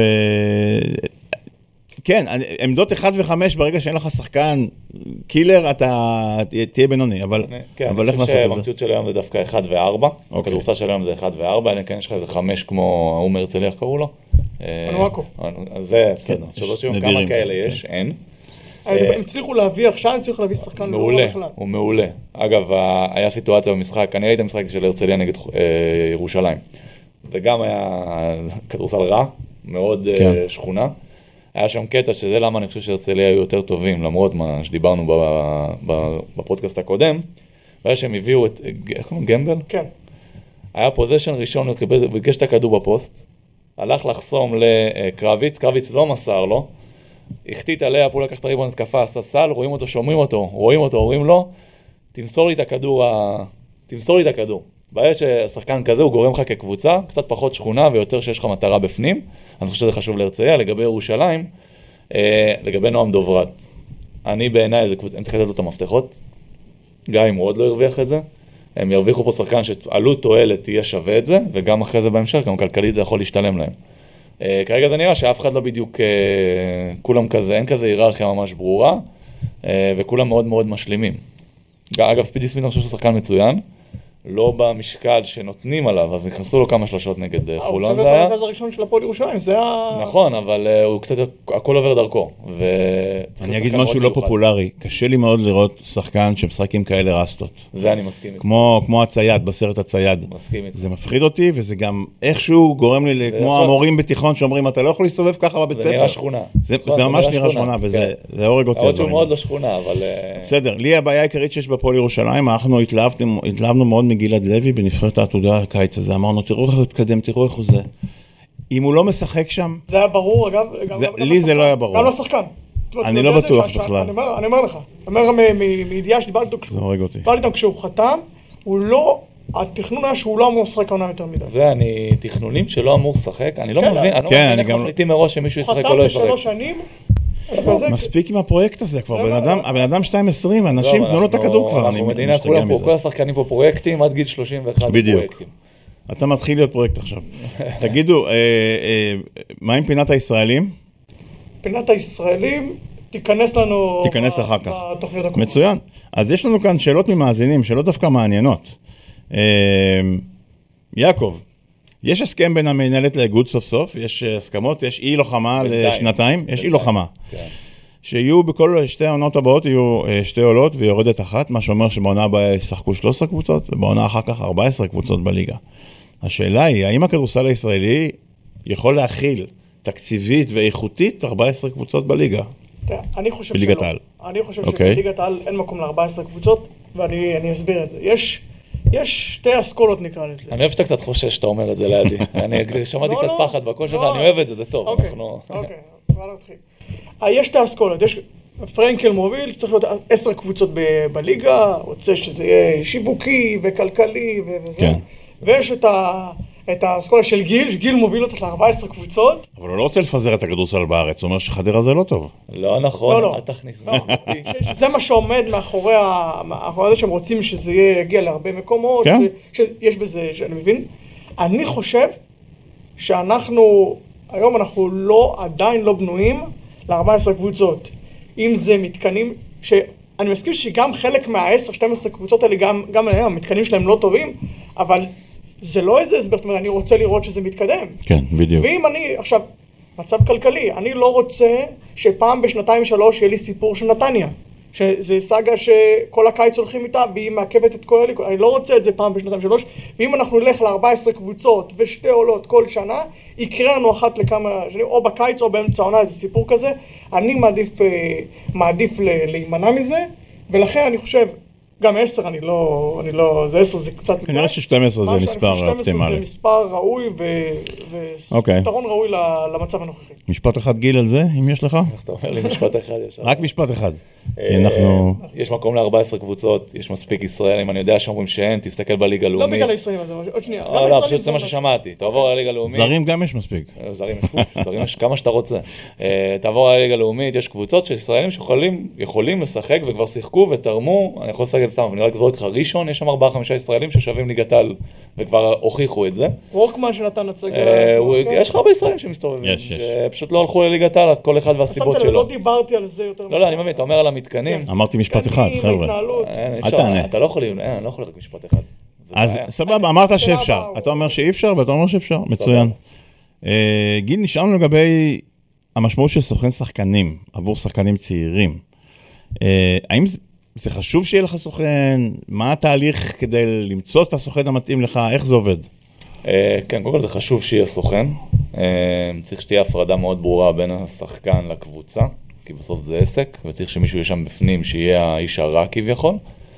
S1: כן, עמדות אחד וחמש, ברגע שאין לך שחקן קילר, אתה תהיה בינוני, אבל
S3: אבל איך לעשות את זה? המציאות של היום זה דווקא אחד וארבע, הכדורסל של היום זה אחד וארבע, אלא כן יש לך איזה חמש כמו האום הרצליה, איך קראו לו?
S2: מנואקו.
S3: זה בסדר, שלוש יום, כמה כאלה יש? אין.
S2: הם הצליחו להביא, עכשיו הם הצליחו להביא שחקן
S3: מעולה, הוא מעולה. אגב, היה סיטואציה במשחק, אני ראיתי המשחק של הרצליה נגד ירושלים, וגם היה כדורסל רע, מאוד שכונה. היה שם קטע שזה למה אני חושב שהרצליה היו יותר טובים, למרות מה שדיברנו בפודקאסט הקודם, והיה שהם הביאו את, איך קוראים? גמבל?
S2: כן.
S3: היה פוזיישן ראשון, הוא ביקש את הכדור בפוסט, הלך לחסום לקרביץ, קרביץ לא מסר לו, החטיא עליה, הוא לקח את הריבון התקפה, עשה סל, רואים אותו, שומעים אותו, רואים אותו, אומרים לו, תמסור לי את הכדור, תמסור לי את הכדור. בעת שהשחקן כזה הוא גורם לך כקבוצה, קצת פחות שכונה ויותר שיש לך מטרה בפנים, אני חושב שזה חשוב להרצליה. לגבי ירושלים, לגבי נועם דוברת, אני בעיניי, אני צריך לתת לו את המפתחות, גם אם הוא עוד לא הרוויח את זה, הם ירוויחו פה שחקן שעלות תועלת תהיה שווה את זה, וגם אחרי זה בהמשך, גם כלכלית זה יכול להשתלם להם. כרגע זה נראה שאף אחד לא בדיוק, כולם כזה, אין כזה היררכיה ממש ברורה, וכולם מאוד מאוד משלימים. אגב, ספידי סמית אני חושב שהוא שחקן מצוין, לא במשקל שנותנים עליו, אז נכנסו לו כמה שלושות נגד חולון.
S2: הוא צריך להיות הרכז הראשון של הפועל ירושלים, זה ה...
S3: נכון, אבל הוא קצת, הכל עובר דרכו.
S1: אני אגיד משהו לא פופולרי, קשה לי מאוד לראות שחקן שמשחק עם כאלה רסטות.
S3: זה אני מסכים.
S1: כמו הצייד, בסרט הצייד.
S3: מסכים.
S1: זה מפחיד אותי, וזה גם איכשהו גורם לי, כמו המורים בתיכון שאומרים, אתה לא יכול להסתובב ככה בבית ספר.
S3: זה נראה שכונה.
S1: זה ממש נראה שכונה, וזה הורג אותי.
S3: עוד שהוא מאוד לא שכונה, אבל...
S1: בסדר, לי הבעיה העיקרית שיש בפועל ירושלים, אנחנו התלהבנו מאוד מגלעד לוי בנבחרת העתודה הקיץ הזה, אמרנו, תראו איך הוא התקדם, תראו איך הוא זה. אם הוא לא משחק שם...
S2: זה היה ברור, אגב...
S1: לי זה לא היה ברור.
S2: גם לשחקן.
S1: אני לא בטוח בכלל.
S2: אני אומר לך, אני אומר מידיעה שדיברתי איתם כשהוא חתם, הוא לא... התכנון היה שהוא לא אמור לשחק עונה יותר מדי.
S3: זה אני, תכנונים שלא אמור לשחק, אני לא מבין, אני לא מבין איך מחליטים מראש שמישהו ישחק או לא ישחק.
S2: חתם בשלוש שנים,
S1: מספיק עם הפרויקט הזה כבר, הבן אדם שתיים עשרים, אנשים תנו לו את הכדור כבר.
S3: אנחנו מדינה כולם פה, כל השחקנים פה פרויקטים עד גיל שלושים ואחת פרויקטים.
S1: אתה מתחיל להיות פרויקט עכשיו. תגידו, מה עם פינת הישראלים?
S2: פינת הישראלים תיכנס לנו...
S1: תיכנס אחר כך.
S2: בתוכניות הקרובות.
S1: מצוין. אז יש לנו כאן שאלות ממאזינים, שאלות דווקא מעניינות. יעקב, יש הסכם בין המנהלת לאיגוד סוף סוף, יש הסכמות, יש אי לוחמה לשנתיים, יש אי לוחמה. שיהיו בכל שתי העונות הבאות, יהיו שתי עולות ויורדת אחת, מה שאומר שבעונה הבאה ישחקו שלוש עשרה קבוצות, ובעונה אחר כך ארבע עשרה קבוצות בליגה. השאלה היא, האם הכדורסל הישראלי יכול להכיל תקציבית ואיכותית ארבע עשרה קבוצות בליגה?
S2: אני חושב שלא. אני חושב שבליגת העל אין מקום ל-ארבע עשרה קבוצות, ואני אסביר את זה. יש... יש שתי אסכולות נקרא לזה.
S3: אני אוהב שאתה קצת חושש שאתה אומר את זה לידי. אני שמעתי קצת פחד בקול שלך, אני אוהב את זה, זה טוב.
S2: אוקיי, אוקיי, כבר נתחיל. יש שתי אסכולות, יש פרנקל מוביל, צריך להיות עשר קבוצות בליגה, רוצה שזה יהיה שיווקי וכלכלי וזה. ויש את ה... את האסכולה של גיל, גיל מוביל אותך ל-ארבע עשרה קבוצות.
S1: אבל הוא לא רוצה לפזר את הכדורסל בארץ, הוא אומר שחדרה זה לא טוב.
S3: לא נכון, אל תכניס.
S2: זה מה שעומד מאחורי זה שהם רוצים שזה יגיע להרבה מקומות, שיש בזה, שאני מבין. אני חושב שאנחנו, היום אנחנו לא, עדיין לא בנויים ל-ארבע עשרה קבוצות. אם זה מתקנים, שאני מסכים שגם חלק מה-עשר שתים עשרה קבוצות האלה, גם המתקנים שלהם לא טובים, אבל... זה לא איזה הסבר, זאת אומרת, אני רוצה לראות שזה מתקדם.
S1: כן, בדיוק.
S2: ואם אני, עכשיו, מצב כלכלי, אני לא רוצה שפעם בשנתיים שלוש יהיה לי סיפור של נתניה. שזה סאגה שכל הקיץ הולכים איתה, והיא מעכבת את כל הליגות. אני לא רוצה את זה פעם בשנתיים שלוש, ואם אנחנו נלך ל-ארבע עשרה קבוצות ושתי עולות כל שנה, יקרה לנו אחת לכמה שנים, או בקיץ או באמצע העונה, איזה סיפור כזה. אני מעדיף, מעדיף להימנע מזה, ולכן אני חושב, גם עשר, אני לא, אני לא, זה עשר זה קצת...
S1: כנראה ש-שתים עשרה זה מספר אופטימלי.
S2: שתים עשרה זה מספר ראוי ופתרון ראוי למצב הנוכחי.
S1: משפט אחד גיל על זה, אם יש לך?
S3: אתה אומר לי משפט אחד ישר.
S1: רק משפט אחד. כי אנחנו...
S3: יש מקום ל-ארבע עשרה קבוצות, יש מספיק ישראלים, אני יודע שאומרים שאין, תסתכל בליגה הלאומית.
S2: לא בגלל הישראלים, אז עוד שנייה.
S3: לא, לא, פשוט זה מה ששמעתי. תעבור לליגה הלאומית.
S1: זרים גם יש מספיק.
S3: זרים יש, זרים יש כמה שאתה רוצה. תעבור לליגה הלאומית, יש קבוצות של ישראלים שיכולים לשחק וכבר שיחקו ותרמו, אני יכול לשחק את סתם, אני רק זורק לך ראשון, יש שם ארבעה חמישה ישראלים ששווים ליגת העל וכבר הוכיחו את זה.
S2: וורקמן שנתן הצגה.
S3: יש לך הרבה ישראלים שמסתובבים, שפשוט לא הלכו לליגת העל, כל אחד והסיבות שלו.
S2: לא דיברתי על זה יותר.
S3: לא, לא, אני מבין, אתה אומר על המתקנים.
S1: אמרתי משפט אחד, חבר'ה.
S3: אל תענה. אתה לא יכול, אני לא יכול רק משפט אחד.
S1: אז סבבה, אמרת שאפשר. אתה אומר שאי אפשר ואתה אומר שאפשר. מצוין. גיל, נשארנו לגבי המשמעות של סוכן שחקנים עבור שחקנים צעירים. האם זה חשוב שיהיה לך סוכן? מה התהליך כדי למצוא את הסוכן המתאים לך? איך זה עובד?
S3: כן, קודם כל זה חשוב שיהיה סוכן. צריך שתהיה הפרדה מאוד ברורה בין השחקן לקבוצה, כי בסוף זה עסק, וצריך שמישהו יהיה שם בפנים, שיהיה האיש הרע כביכול.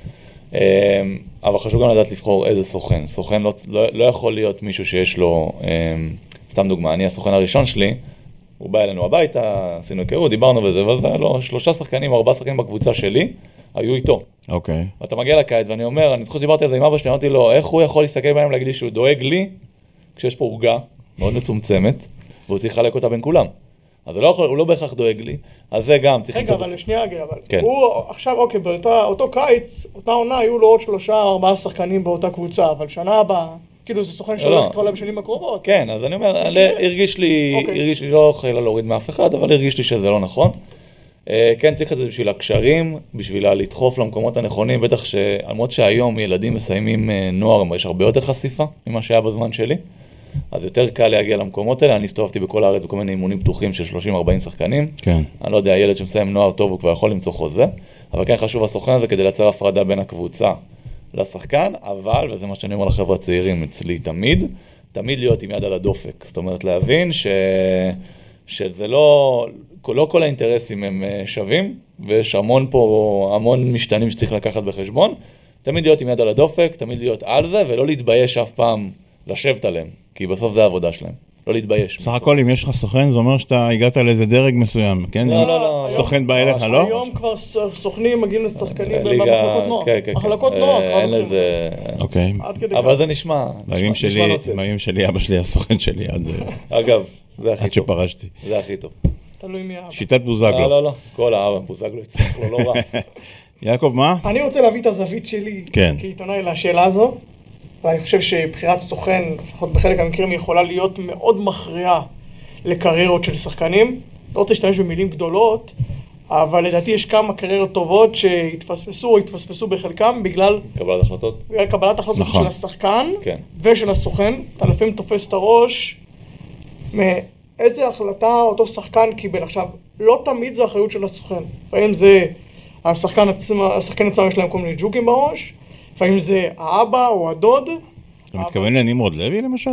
S3: אבל חשוב גם לדעת לבחור איזה סוכן. סוכן לא, לא, לא יכול להיות מישהו שיש לו, סתם דוגמה, אני הסוכן הראשון שלי, הוא בא אלינו הביתה, עשינו היכרות, דיברנו וזה וזה, לא, שלושה שחקנים, ארבעה שחקנים בקבוצה שלי, היו איתו.
S1: אוקיי.
S3: ואתה מגיע לקיץ, ואני אומר, אני זוכר שדיברתי על זה עם אבא שלי, אמרתי לו, איך הוא יכול להסתכל בהם להגיד לי שהוא דואג לי, כשיש פה עוגה מאוד מצומצמת, והוא צריך לחלק אותה בין כולם. אז הוא לא, יכול, הוא לא בהכרח דואג לי, אז זה גם צריך...
S2: רגע, אבל לשנייה, אבל
S3: כן.
S2: הוא עכשיו, אוקיי, באותו קיץ, אותה עונה, היו לו עוד שלושה, ארבעה שחקנים באותה קבוצה, אבל שנה הבאה, כאילו זה סוכן שלא הולך כבר בשנים הקרובות.
S3: כן, אז אני אומר, הרגיש לי, הרגיש לי, לא חיילה להוריד מאף אחד, אבל הרגיש לי שזה לא נכון. כן, צריך את זה בשביל הקשרים, בשביל לדחוף למקומות הנכונים, בטח שלמרות שהיום ילדים מסיימים נוער, יש הרבה יותר חשיפה ממה שהיה בזמן שלי, אז יותר קל להגיע למקומות האלה. אני הסתובבתי בכל הארץ בכל מיני אימונים פתוחים של שלושים ארבעים שחקנים.
S1: כן.
S3: אני לא יודע, הילד שמסיים נוער טוב הוא כבר יכול למצוא חוזה, אבל כן חשוב הסוכן הזה כדי לייצר הפרדה בין הקבוצה לשחקן, אבל, וזה מה שאני אומר לחבר'ה הצעירים אצלי תמיד, תמיד להיות עם יד על הדופק. זאת אומרת, להבין ש... שזה לא... לא כל האינטרסים הם שווים, ויש המון פה, המון משתנים שצריך לקחת בחשבון. תמיד להיות עם יד על הדופק, תמיד להיות על זה, ולא להתבייש אף פעם לשבת עליהם, כי בסוף זה העבודה שלהם. לא להתבייש.
S1: סך הכל, אם יש לך סוכן, זה אומר שאתה הגעת לאיזה דרג מסוים, כן?
S3: לא, לא, לא.
S1: סוכן בא אליך, לא?
S2: היום כבר סוכנים מגיעים לשחקנים במחלקות נוער.
S3: כן, כן, כן.
S2: מחלקות נוער.
S3: אין לזה...
S1: אוקיי.
S3: אבל זה נשמע.
S1: בימים שלי, אבא שלי, הסוכן שלי, עד...
S3: אגב, זה הכי טוב.
S1: עד שפרשתי.
S3: זה הכי טוב.
S2: תלוי מי האבא.
S1: שיטת בוזגלו.
S3: לא, לא, לא. כל האבא, בוזגלו יצטרך לו, לא רע.
S1: יעקב, מה?
S2: אני רוצה להביא את הזווית שלי כעיתונאי לשאלה הזו. ואני חושב שבחירת סוכן, לפחות בחלק המקרים, יכולה להיות מאוד מכריעה לקריירות של שחקנים. לא רוצה להשתמש במילים גדולות, אבל לדעתי יש כמה קריירות טובות שהתפספסו או התפספסו בחלקם בגלל...
S3: קבלת החלטות.
S2: בגלל קבלת החלטות
S1: נכון.
S2: של השחקן
S3: כן.
S2: ושל הסוכן. אתה לפעמים תופס את הראש מאיזה החלטה אותו שחקן קיבל. עכשיו, לא תמיד זה אחריות של הסוכן. לפעמים זה השחקן עצמם, השחקן עצמם יש להם כל מיני ג'וקים בראש. לפעמים זה האבא או הדוד.
S1: אתה מתכוון לנמרוד לוי למשל?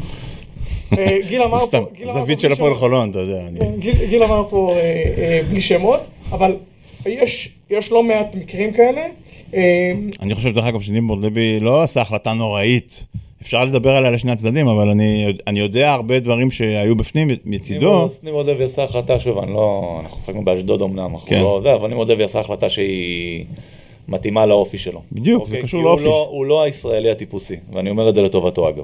S2: גיל אמר פה...
S1: סתם, זווית של הפועל חולון, אתה יודע.
S2: גיל אמר פה בלי שמות, אבל יש לא מעט מקרים כאלה.
S1: אני חושב דרך אגב שנמרוד לוי לא עשה החלטה נוראית. אפשר לדבר עליה לשני הצדדים, אבל אני יודע הרבה דברים שהיו בפנים מצידו.
S3: נמרוד לוי עשה החלטה, שוב, אנחנו עסקנו באשדוד אמנם, אבל נמרוד לוי עשה החלטה שהיא... מתאימה לאופי שלו.
S1: בדיוק, זה קשור לאופי.
S3: הוא לא הישראלי הטיפוסי, ואני אומר את זה לטובתו אגב.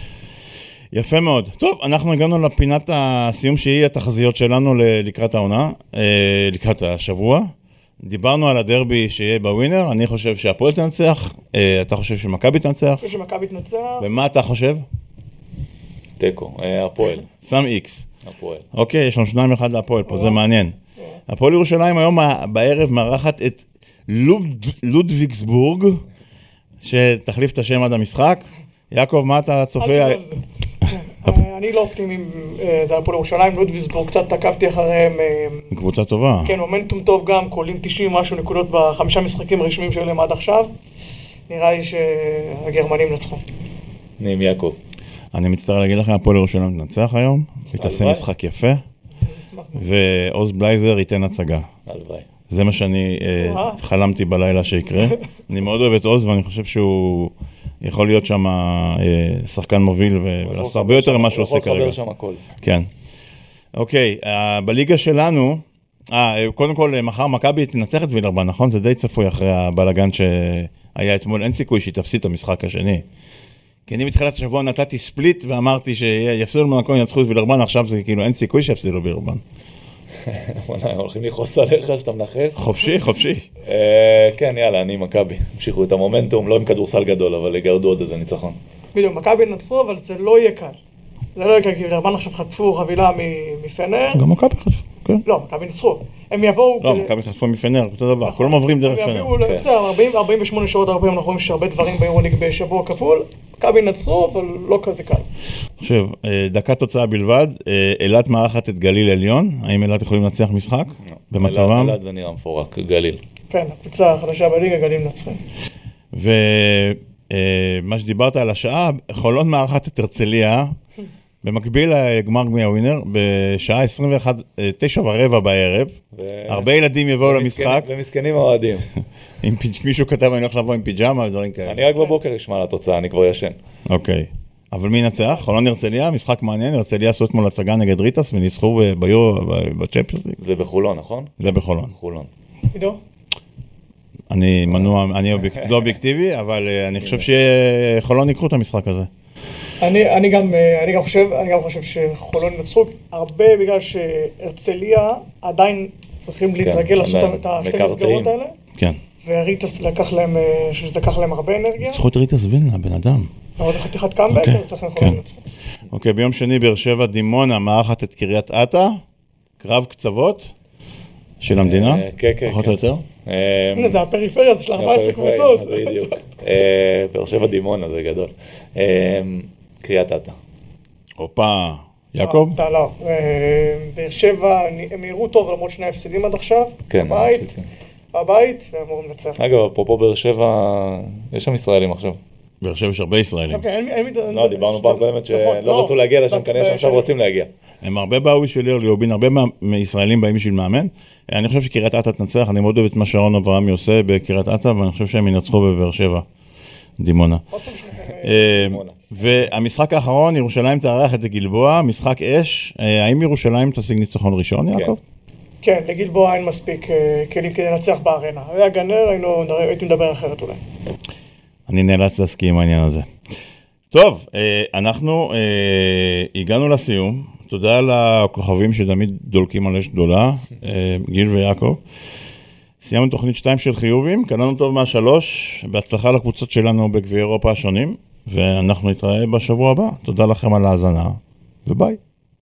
S1: יפה מאוד. טוב, אנחנו הגענו לפינת הסיום שהיא התחזיות שלנו לקראת העונה, לקראת השבוע. דיברנו על הדרבי שיהיה בווינר, אני חושב שהפועל תנצח, אתה חושב שמכבי תנצח?
S2: אני חושב שמכבי תנצח.
S1: ומה אתה חושב?
S3: טקו, הפועל.
S1: סם איקס.
S3: הפועל.
S1: אוקיי, יש לנו שניים אחד להפועל פה, זה מעניין. הפועל ירושלים היום בערב מארחת את לודוויגסבורג, שתחליף את השם עד המשחק. יעקב, מה אתה צופה?
S2: אני לא אופטימי, זה הפועל ירושלים, לודוויגסבורג, קצת תקפתי אחריהם.
S1: קבוצה טובה.
S2: כן, מומנטום טוב גם, קולים תשעים משהו נקודות בחמישה משחקים רשמיים שהיו להם עד עכשיו. נראה לי שהגרמנים נצחו.
S3: נעים יעקב.
S1: אני מצטער להגיד לכם, הפועל ירושלים תנצח היום, יתעשה משחק יפה, ועוז בלייזר ייתן הצגה.
S3: הלוואי.
S1: זה מה שאני חלמתי בלילה שיקרה. אני מאוד אוהב את עוז, ואני חושב שהוא יכול להיות שם שחקן מוביל, ולעשות הרבה יותר ממה שהוא עושה כרגע.
S3: הוא יכול לחבר שם הכל.
S1: כן. אוקיי, בליגה שלנו, קודם כל, מחר מכבי תנצח את וילרבן, נכון? זה די צפוי אחרי הבלגן שהיה אתמול. אין סיכוי שהיא תפסיד את המשחק השני. כי אני מתחילת השבוע נתתי ספליט, ואמרתי שיפסידו למונקו, ינצחו את וילרבן, עכשיו זה כאילו אין סיכוי שיפסידו וילרבן.
S3: הולכים לכעוס עליך שאתה מנחס?
S1: חופשי, חופשי.
S3: כן, יאללה, אני מכבי. המשיכו את המומנטום, לא עם כדורסל גדול, אבל יגרדו עוד איזה ניצחון.
S2: בדיוק, מכבי נצחו, אבל זה לא יהיה קל. זה לא יהיה קל, כי וילרבן עכשיו חטפו חבילה מפנר.
S1: גם מכבי חטפו, כן.
S2: לא, מכבי נצחו. הם יבואו...
S1: לא, מכבי חטפו מפנר, אותו דבר. כולם עוברים דרך פנר.
S2: הם יביאו, ארבעים ושמונה שעות, הרבה אנחנו רואים שהרבה דברים ביורוליג בשבוע כפול. מכבי נצחו, אבל לא כזה קל.
S1: עכשיו, דקה תוצאה בלבד, אילת מארחת את גליל עליון, האם אילת יכולים לנצח משחק? במצבם?
S3: אילת זה נראה מפורק, גליל.
S2: כן, הקבוצה החדשה בליגה, גליל מנצחים.
S1: ומה שדיברת על השעה, חולון מארחת את הרצליה, במקביל לגמר גביע ווינר, בשעה עשרים ואחת, תשע ורבע בערב, הרבה ילדים יבואו למשחק.
S3: ומסכנים האוהדים.
S1: אם מישהו כתב, אני הולך לבוא עם פיג'מה ודברים כאלה.
S3: אני רק בבוקר אשמע לתוצאה, אני כבר ישן.
S1: אוקיי. אבל מי נצח? חולון הרצליה, משחק מעניין, הרצליה עשו אתמול הצגה נגד ריטס, וניצחו ביורו, בצ'מפיונס ליג.
S3: זה בחולון, נכון?
S1: זה בחולון.
S3: חולון.
S2: עידו?
S1: אני מנוע, אני לא אובייקטיבי, אבל אני חושב שחולון יקחו את המשחק הזה.
S2: אני, אני גם, אני גם חושב, אני גם חושב שחולון ינצחו הרבה בגלל שהרצליה עדיין צריכים להתרגל לעשות את השתי מסגרות האלה.
S1: כן.
S2: וריטס לקח להם, שזה לקח להם הרבה אנרגיה.
S1: צריכו את ריטס וילנה, בן אדם.
S2: ועוד חתיכת קאמבק, אז לכן חולון ינצחו.
S1: אוקיי, ביום שני באר שבע דימונה מארחת את קריית אתא, קרב קצוות של המדינה, פחות או יותר.
S2: הנה, זה הפריפריה, זה של ארבע עשרה קבוצות.
S3: בדיוק. באר שבע דימונה, זה גדול. קריית אתא.
S1: הופה, יעקב?
S2: אתה לא. באר שבע, הם יראו טוב למרות שני הפסדים עד עכשיו.
S3: כן.
S2: בבית, בבית, והם אמורים לנצח.
S3: אגב, אפרופו באר שבע, יש שם ישראלים עכשיו.
S1: באר שבע יש הרבה ישראלים.
S3: לא, דיברנו פעם קודמת שלא רצו להגיע לשם, כנראה שעכשיו רוצים להגיע.
S1: הם הרבה באו בשביל ליאובין, הרבה מישראלים באים בשביל מאמן. אני חושב שקריית אתא תנצח, אני מאוד אוהב את מה שרון אברהמי עושה בקריית אתא, ואני חושב שהם ינצחו בבאר שבע, דימונה. והמשחק האחרון, ירושלים תארח את גלבוע, משחק אש. האם ירושלים תשיג ניצחון ראשון, יעקב?
S2: כן, לגלבוע אין מספיק כלים כדי לנצח בארנה. היה גנר, הייתי מדבר אחרת אולי.
S1: אני נאלץ להסכים עם העניין הזה. טוב, אנחנו הגענו לסיום. תודה לכוכבים שתמיד דולקים על אש גדולה, גיל ויעקב. סיימנו תוכנית שתיים של חיובים, קלענו טוב מהשלוש, בהצלחה לקבוצות שלנו בגביעי אירופה השונים, ואנחנו נתראה בשבוע הבא. תודה לכם על ההאזנה, וביי.